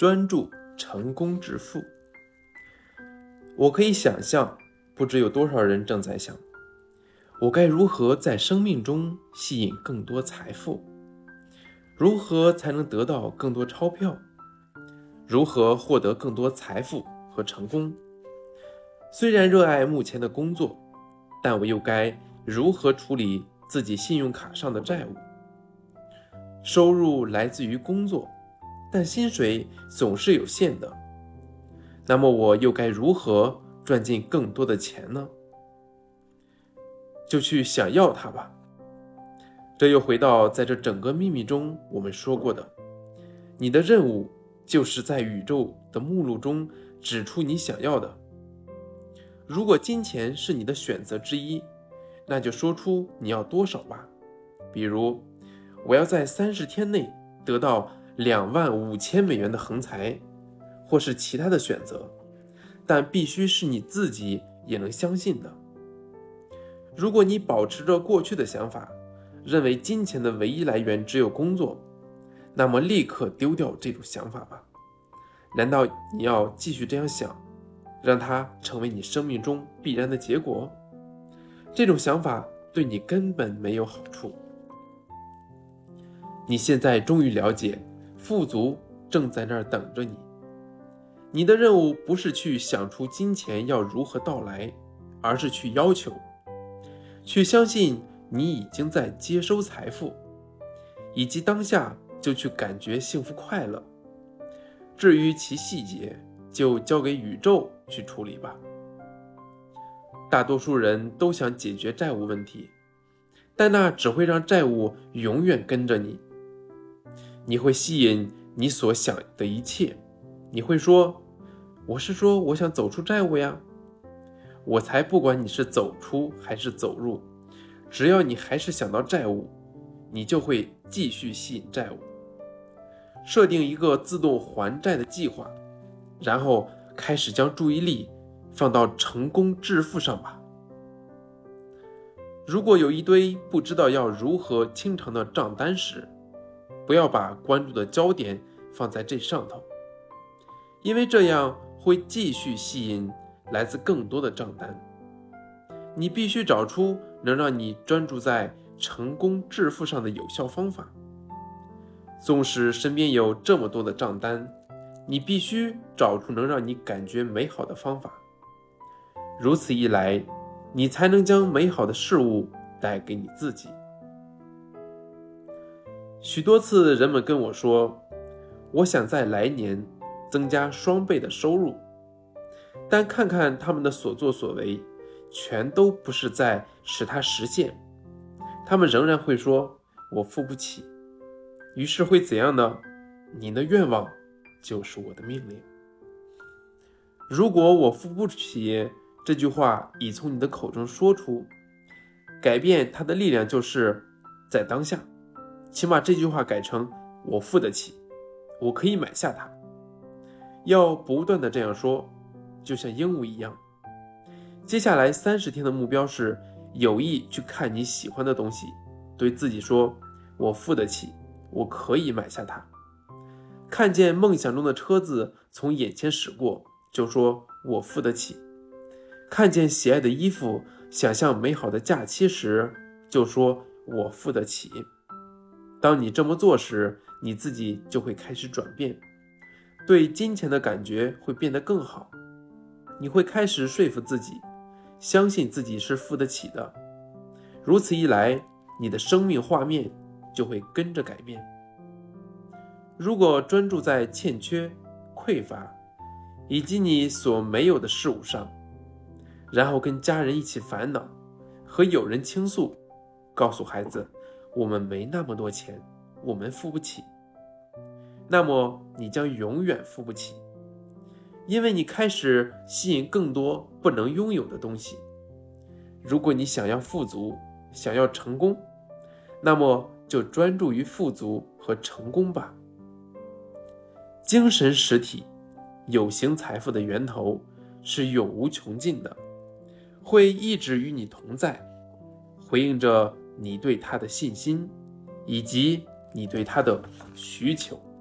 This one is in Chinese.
专注成功致富。我可以想象，不知有多少人正在想，我该如何在生命中吸引更多财富？如何才能得到更多钞票？如何获得更多财富和成功？虽然热爱目前的工作，但我又该如何处理自己信用卡上的债务？收入来自于工作，但薪水总是有限的，那么我又该如何赚进更多的钱呢？就去想要它吧。这又回到在这整个秘密中我们说过的，你的任务就是在宇宙的目录中指出你想要的。如果金钱是你的选择之一，那就说出你要多少吧。比如，我要在30天内得到25000美元的横财，或是其他的选择，但必须是你自己也能相信的。如果你保持着过去的想法，认为金钱的唯一来源只有工作，那么立刻丢掉这种想法吧。难道你要继续这样想，让它成为你生命中必然的结果？这种想法对你根本没有好处。你现在终于了解，富足正在那儿等着你。你的任务不是去想出金钱要如何到来，而是去要求，去相信你已经在接收财富，以及当下就去感觉幸福快乐。至于其细节，就交给宇宙去处理吧。大多数人都想解决债务问题，但那只会让债务永远跟着你。你会吸引你所想的一切。你会说，我是说我想走出债务呀。我才不管你是走出还是走入，只要你还是想到债务，你就会继续吸引债务。设定一个自动还债的计划，然后开始将注意力放到成功致富上吧。如果有一堆不知道要如何清偿的账单时，不要把关注的焦点放在这上头，因为这样会继续吸引来自更多的账单。你必须找出能让你专注在成功致富上的有效方法。纵使身边有这么多的账单，你必须找出能让你感觉美好的方法。如此一来，你才能将美好的事物带给你自己。许多次人们跟我说，我想在来年增加双倍的收入，但看看他们的所作所为，全都不是在使它实现。他们仍然会说，我付不起。于是会怎样呢？你的愿望就是我的命令。如果我付不起这句话已从你的口中说出，改变它的力量就是在当下，请把这句话改成我付得起，我可以买下它。要不断的这样说，就像鹦鹉一样。接下来30天的目标是有意去看你喜欢的东西，对自己说，我付得起，我可以买下它。看见梦想中的车子从眼前驶过，就说我付得起。看见喜爱的衣服，想象美好的假期时，就说我付得起。当你这么做时，你自己就会开始转变，对金钱的感觉会变得更好。你会开始说服自己，相信自己是付得起的。如此一来，你的生命画面就会跟着改变。如果专注在欠缺、匮乏以及你所没有的事物上，然后跟家人一起烦恼，和友人倾诉，告诉孩子，我们没那么多钱，我们付不起，那么你将永远付不起，因为你开始吸引更多不能拥有的东西。如果你想要富足，想要成功，那么就专注于富足和成功吧。精神实体，有形财富的源头是永无穷尽的，会一直与你同在，回应着你对它的信心，以及你对它的需求。